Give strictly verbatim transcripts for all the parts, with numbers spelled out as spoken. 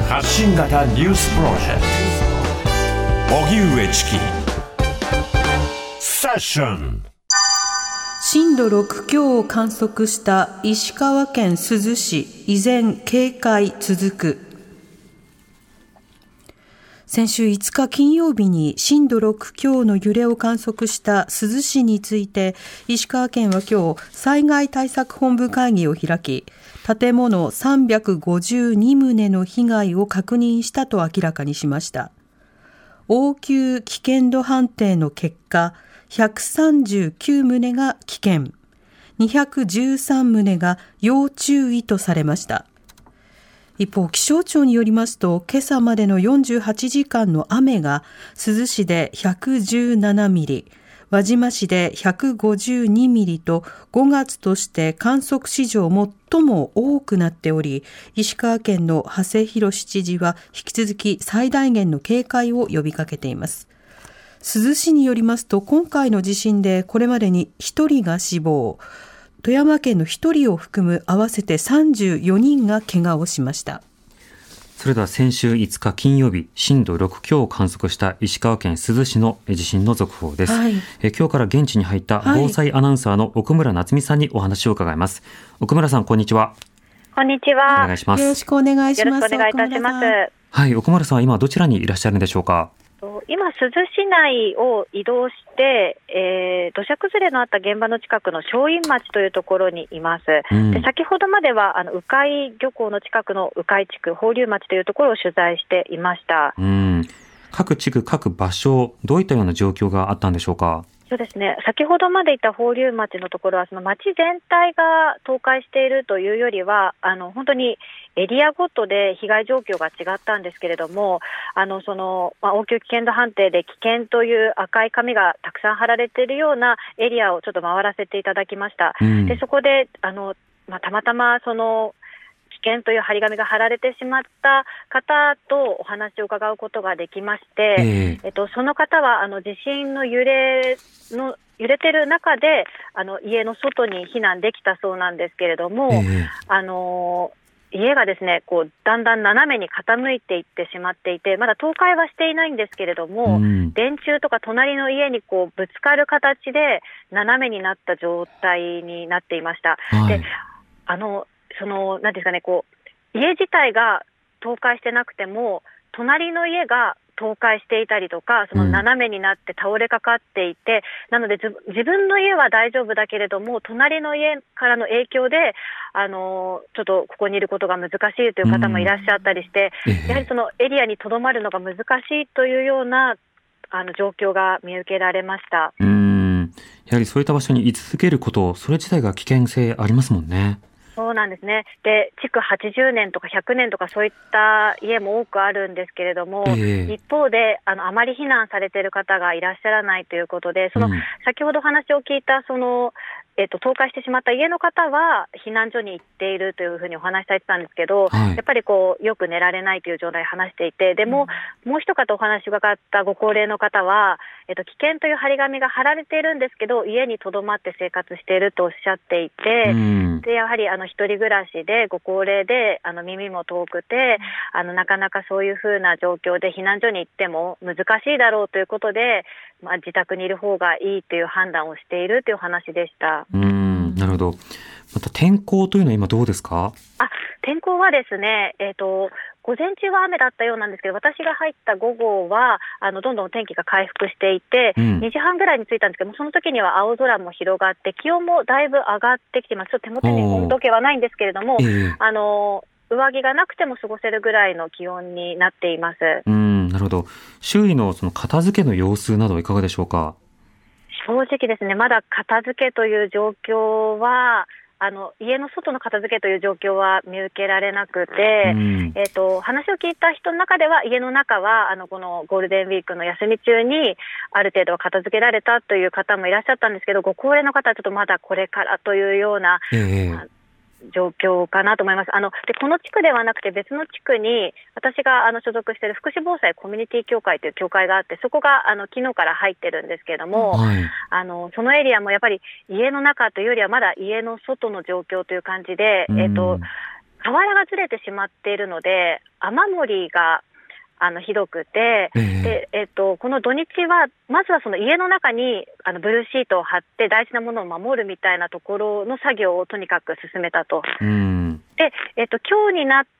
発信型ニュースプロジェクト荻上チキセッション。 震度ろく強を観測した石川県珠洲市、依然警戒続く。先週いつか金曜日に震度ろく強の揺れを観測した珠洲市について、石川県は今日災害対策本部会議を開き、建物さんびゃくごじゅうに棟の被害を確認したと明らかにしました。応急危険度判定の結果、ひゃくさんじゅうきゅう棟が危険、にひゃくじゅうさん棟が要注意とされました。一方、気象庁によりますと、今朝までのよんじゅうはちじかんの雨が珠洲市でひゃくじゅうななミリ、輪島市でひゃくごじゅうにミリとごがつとして観測史上最も多くなっており、石川県の馳浩知事は引き続き最大限の警戒を呼びかけています。珠洲市によりますと、今回の地震でこれまでにひとりが死亡、富山県のひとりを含む合わせてさんじゅうよにんが怪我をしました。 それでは先週いつか金曜日、震度ろく強を観測した石川県珠洲市の地震の続報です。はい、え今日から現地に入った防災アナウンサーの奥村夏美さんにお話を伺います。奥村さん、こんにちは。 こんにちは。 お願いします。 よろしくお願いします。 よろしくお願いいたします。 はい、奥村さんは今どちらにいらっしゃるんでしょうか。 今、珠洲市内を移動して、えー、土砂崩れのあった現場の近くの正院町というところにいます。うん、で先ほどまではあの鵜飼漁港の近くの鵜飼地区、放流町というところを取材していました。 うん、各地区、各場所、どういったような状況があったんでしょうか。 そうですね、先ほどまでいた放流町のところは、その町全体が倒壊しているというよりは、あの本当にエリアごとで被害状況が違ったんですけれども、あのその、まあ、応急危険度判定で危険という赤い紙がたくさん貼られているようなエリアをちょっと回らせていただきました。うん、でそこであの、まあ、たまたまその危険という張り紙が貼られてしまった方とお話を伺うことができまして、えーえっと、その方はあの地震の揺れの揺れてる中であの家の外に避難できたそうなんですけれども、えー、あの家がですねこうだんだん斜めに傾いていってしまっていて、まだ倒壊はしていないんですけれども、うん、電柱とか隣の家にこうぶつかる形で斜めになった状態になっていました。はい、であのそのなんですかね、こう家自体が倒壊してなくても隣の家が倒壊していたりとか、その斜めになって倒れかかっていて、うん、なので自分の家は大丈夫だけれども隣の家からの影響であのちょっとここにいることが難しいという方もいらっしゃったりして、うん、やはりそのエリアにとどまるのが難しいというようなあの状況が見受けられました。 うーん、やはりそういった場所に居続けること、それ自体が危険性ありますもんね。 そうなんですね。で、築はちじゅうねんとかひゃくねんとかそういった家も多くあるんですけれども、えー、一方であのあまり避難されている方がいらっしゃらないということで、その、うん、先ほど話を聞いたそのえっと、倒壊してしまった家の方は避難所に行っているというふうにお話しされてたんですけど、はい、やっぱりこうよく寝られないという状態を話していて、でも、うん、もう一方お話がかったご高齢の方は、えっと、危険という張り紙が貼られているんですけど家にとどまって生活しているとおっしゃっていて、うん、でやはりあの一人暮らしでご高齢であの耳も遠くて、あのなかなかそういうふうな状況で避難所に行っても難しいだろうということで、まあ、自宅にいる方がいいという判断をしているという話でした。 うーん、なるほど。また天候というのは今どうですか？ あ、天候はですね、えーと、午前中は雨だったようなんですけど、私が入った午後はあのどんどん天気が回復していて、うん、にじはんぐらいに着いたんですけども、その時には青空も広がって気温もだいぶ上がってきています。ちょっと手元に温度計はないんですけれども、えー、あの上着がなくても過ごせるぐらいの気温になっています。 うん、なるほど。周囲のその片付けの様子などはいかがでしょうか？ 正直ですね、まだ片付けという状況はあの家の外の片付けという状況は見受けられなくて、うん、えーと、話を聞いた人の中では家の中はあのこのゴールデンウィークの休み中にある程度は片付けられたという方もいらっしゃったんですけど、ご高齢の方はちょっとまだこれからというような、えー状況かなと思います。あのでこの地区ではなくて別の地区に私があの所属している福祉防災コミュニティ協会という協会があって、そこがあの昨日から入ってるんですけれども、はい、あのそのエリアもやっぱり家の中というよりはまだ家の外の状況という感じで、えーと河原がずれてしまっているので、雨漏りがあのひどくて、えーでえー、とこの土日はまずはその家の中にあのブルーシートを張って大事なものを守るみたいなところの作業をとにかく進めたと。うんで、えー、と今日になって、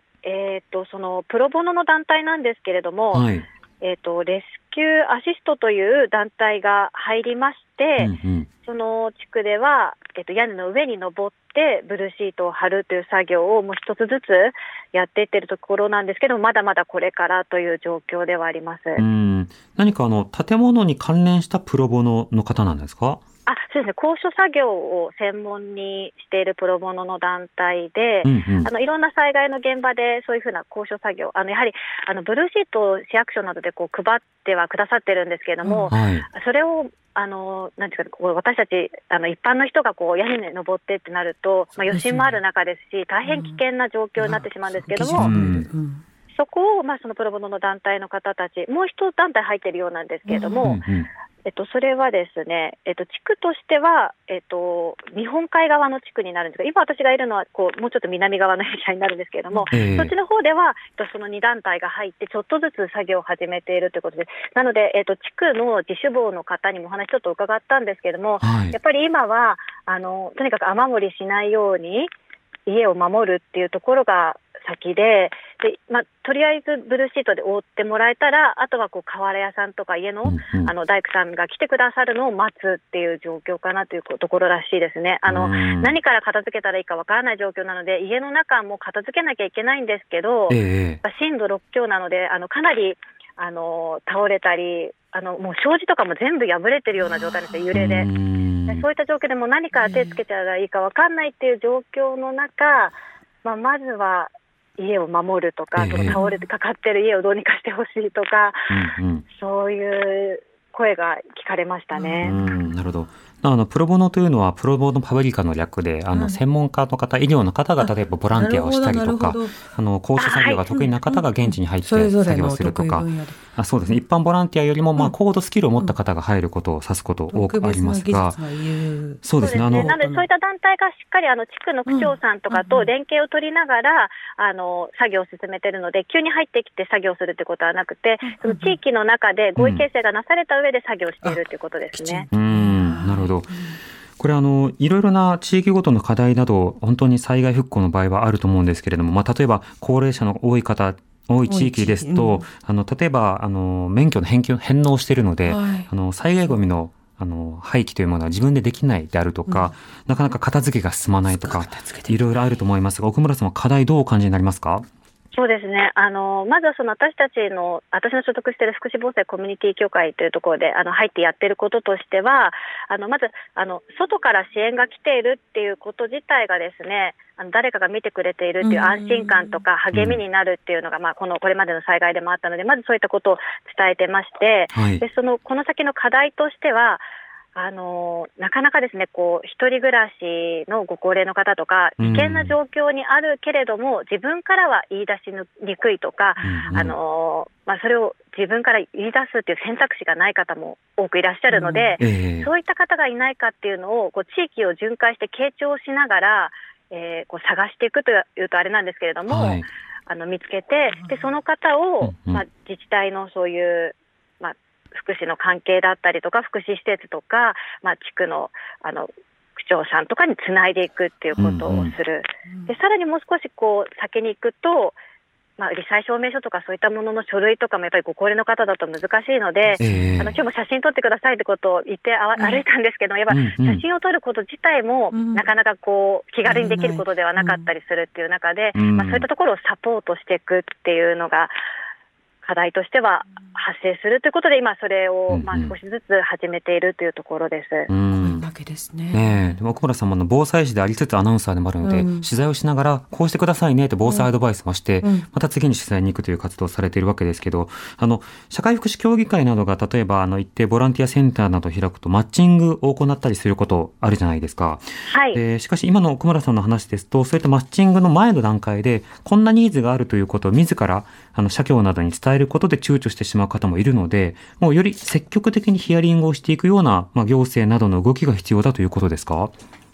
えー、とそのプロボノの団体なんですけれども、はいえー、とレスキューアシストという団体が入りまして、うんうん、その地区では、えー、と屋根の上に登ってブルーシートを張るという作業をもう一つずつやっていっているところなんですけど、まだまだこれからという状況ではあります。 うん何かあの建物に関連したプロボノの方なんですか？ あそうですね、高所作業を専門にしているプロボノの団体で、うんうん、あのいろんな災害の現場でそういうふうな高所作業、あのやはりあのブルーシートを市役所などでこう配ってはくださってるんですけれども、うんはい、それをあのなんていうかこう私たちあの一般の人がこう屋根に登ってってなると、まあ、余震もある中ですし大変危険な状況になってしまうんですけども、うんうんそこを、まあ、そのプロボノの団体の方たちもう一団体入っているようなんですけれども、うんうんえっと、それはですね、えっと、地区としては、えっと、日本海側の地区になるんですが、今私がいるのはこうもうちょっと南側のエリアになるんですけれども、えー、そっちの方では、えっと、そのに団体が入ってちょっとずつ作業を始めているということで、なので、えっと、地区の自主防の方にもお話ちょっと伺ったんですけれども、はい、やっぱり今はあのとにかく雨漏りしないように家を守るっていうところが先で、で、まあ、とりあえずブルーシートで覆ってもらえたら、あとはこう瓦屋さんとか家の、うんうん、あの大工さんが来てくださるのを待つっていう状況かなというところらしいですね。あの何から片付けたらいいかわからない状況なので、家の中も片付けなきゃいけないんですけど、えー、震度ろく強なのであのかなりあの倒れたりあのもう障子とかも全部破れてるような状態ですよ、揺れで。でそういった状況でも何から手つけたらいいかわかんないっていう状況の中、まあ、まずは家を守るとか、えー、その倒れてかかってる家をどうにかしてほしいとか、うんうん、そういう声が聞かれましたね。 うんなるほど。あのプロボノというのはプロボノパブリカの略で、あの専門家の方、医療の方が例えばボランティアをしたりとか、あの高所作業が得意な方が現地に入って作業するとか、あそうですね、一般ボランティアよりもまあ高度スキルを持った方が入ることを指すこと多くありますが、 そうですね。あのなのでそういった団体がしっかりあの地区の区長さんとかと連携を取りながらあの作業を進めているので、急に入ってきて作業するということはなくて、その地域の中で合意形成がなされた上で作業しているということですね。 うんうんなるほど。これあのいろいろな地域ごとの課題など本当に災害復興の場合はあると思うんですけれども、まあ、例えば高齢者の多い方多い地域ですと、うん、あの例えばあの免許の返返納しているので、はい、あの災害ゴミのあの廃棄というものは自分でできないであるとか、うん、なかなか片付けが進まないとかいろいろあると思いますが、奥村さんは課題どうお感じになりますか？ そうですね。あのまずはその私たちの私の所属している福祉防災コミュニティ協会というところであの入ってやっていることとしては、あのまずあの外から支援が来ているっていうこと自体がですね、あの誰かが見てくれているっていう安心感とか励みになるっていうのが、まあ、このこれまでの災害でもあったので、まずそういったことを伝えてまして、はい、でそのこの先の課題としてはあのなかなかですね、こう一人暮らしのご高齢の方とか危険な状況にあるけれども、うん、自分からは言い出しにくいとか、うんあのまあ、それを自分から言い出すっていう選択肢がない方も多くいらっしゃるので、うんえー、そういった方がいないかっていうのをこう地域を巡回して傾聴しながら、えー、こう探していくというとあれなんですけれども、はい、あの見つけて、でその方を、うんまあ、自治体のそういうまあ福祉の関係だったりとか福祉施設とか、まあ、地区のあの区長さんとかにつないでいくっていうことをする、うんうん、でさらにもう少しこう先に行くと、まあ、罹災証明書とかそういったものの書類とかもやっぱりご高齢の方だと難しいので、えー、あの今日も写真撮ってくださいってことを言ってあ歩いたんですけど、やっぱ写真を撮ること自体もなかなかこう気軽にできることではなかったりするっていう中で、まあ、そういったところをサポートしていくっていうのが課題としては発生するということで、今それをまあ少しずつ始めているというところです。 うん、わけですね。 ねえ、奥村さんもの防災士でありつつアナウンサーでもあるので、うん、取材をしながらこうしてくださいねと防災アドバイスもして、うん、また次に取材に行くという活動をされているわけですけど、あの社会福祉協議会などが例えばあの一定ボランティアセンターなどを開くとマッチングを行ったりすることあるじゃないですか。はい。えー、しかし今の奥村さんの話ですと、そういったマッチングの前の段階でこんなニーズがあるということを自らあの社協などに伝えることで躊躇してしまう方もいるので、もうより積極的にヒアリングをしていくような、まあ、行政などの動きが必要だということですか？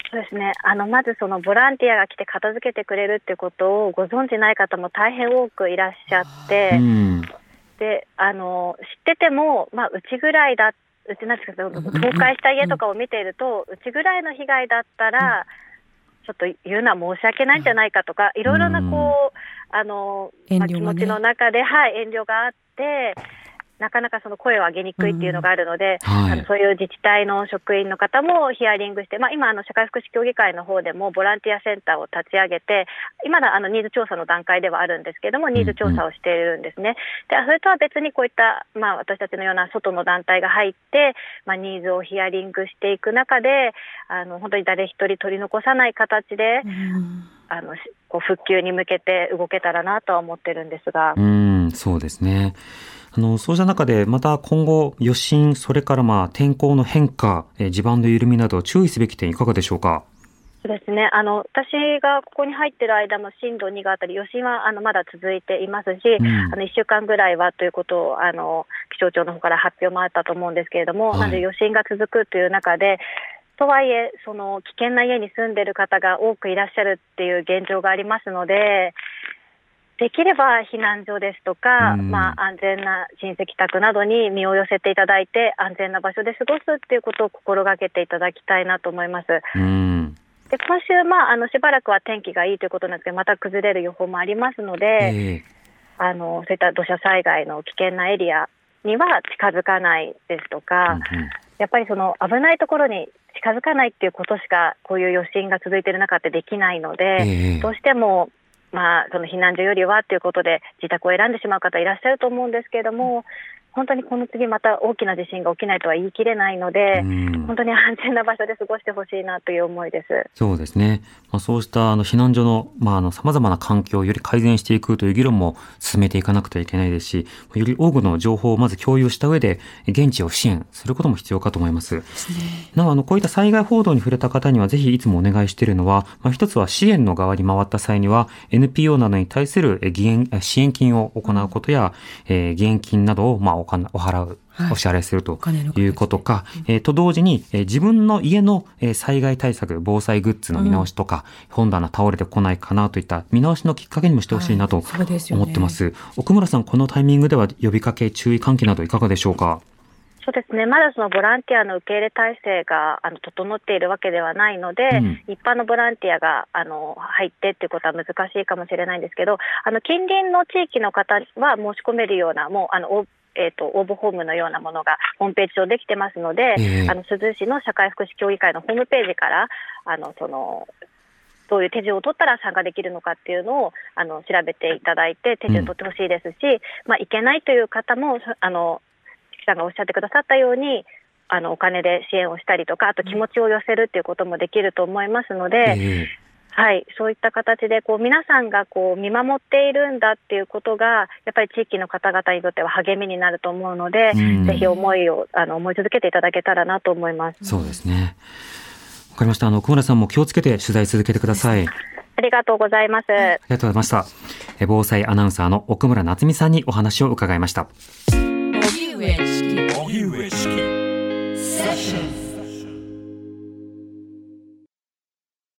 そうですね、あのまずそのボランティアが来て片付けてくれるっていうことをご存じない方も大変多くいらっしゃって、うん、であの知ってても、まあ、うちぐらいだうちなんですけど倒壊した家とかを見ていると、うちぐらいの被害だったら、うん、ちょっと言うのは申し訳ないんじゃないかとか、いろいろなこうあの、まあ、気持ちの中で、はい、遠慮があってなかなかその声を上げにくいっていうのがあるので、うんはい、あのそういう自治体の職員の方もヒアリングして、まあ、今あの社会福祉協議会の方でもボランティアセンターを立ち上げて、今だあのニーズ調査の段階ではあるんですけども、ニーズ調査をしているんですね。でそれとは別にこういった、まあ、私たちのような外の団体が入って、まあ、ニーズをヒアリングしていく中で、あの本当に誰一人取り残さない形で、うん、あのこう復旧に向けて動けたらなとは思ってるんですが。 うんそうですね。あのそうした中でまた今後余震、それからまあ天候の変化、え地盤の緩みなど注意すべき点いかがでしょうか。 そうですね、あの私がここに入っている間も震度にがあったり余震はあのまだ続いていますし、うん、あのいっしゅうかんぐらいはということをあの気象庁の方から発表もあったと思うんですけれども、はい、なので余震が続くという中で、とはいえその危険な家に住んでいる方が多くいらっしゃるっていう現状がありますので、できれば避難所ですとか、うんまあ、安全な親戚宅などに身を寄せていただいて、安全な場所で過ごすっていうことを心がけていただきたいなと思います。うんで今週、まあ、あのしばらくは天気がいいということなんですけど、また崩れる予報もありますので、えー、あのそういった土砂災害の危険なエリアには近づかないですとか、うんうん、やっぱりその危ないところに近づかないっていうことしかこういう余震が続いている中ってできないので、えー、どうしてもまあ、その避難所よりはということで自宅を選んでしまう方いらっしゃると思うんですけれども、本当にこの次また大きな地震が起きないとは言い切れないので、本当に安全な場所で過ごしてほしいなという思いです。 そうですね、まあ、そうしたあの避難所のさまざまな環境をより改善していくという議論も進めていかなくてはいけないですし、より多くの情報をまず共有した上で現地を支援することも必要かと思います。ですね、なおあのこういった災害報道に触れた方にはぜひいつもお願いしているのは、まあ、一つは支援の側に回った際には エヌピーオー などに対する義援支援金を行うことや、えー、義援金などをまあお払う、はい、お支払いするということか、えー、と同時に、えー、自分の家の、えー、災害対策、防災グッズの見直しとか、うん、本棚倒れてこないかなといった見直しのきっかけにもしてほしいなと思ってます。はい、奥村さん、このタイミングでは呼びかけ、注意喚起などいかがでしょうか。 そうですね、まだそのボランティアの受け入れ体制があの整っているわけではないので、うん、一般のボランティアがあの入ってっていうことは難しいかもしれないんですけど、あの近隣の地域の方は申し込めるようなもうあのえーと、応募フォームのようなものがホームページ上できてますので、えー、あの珠洲市の社会福祉協議会のホームページからあのそのどういう手順を取ったら参加できるのかっていうのをあの調べていただいて手順を取ってほしいですし、うんまあ、いけないという方もあのさんがおっしゃってくださったようにあのお金で支援をしたりとか、あと気持ちを寄せるっていうこともできると思いますので、えーはい、そういった形でこう皆さんがこう見守っているんだっていうことがやっぱり地域の方々にとっては励みになると思うので、うん、ぜひ思いをあの思い続けていただけたらなと思います。 そうですね、わかりました。あの奥村さんも気をつけて取材続けてください。 ありがとうございます。ありがとうございました。防災アナウンサーの奥村夏美さんにお話を伺いました。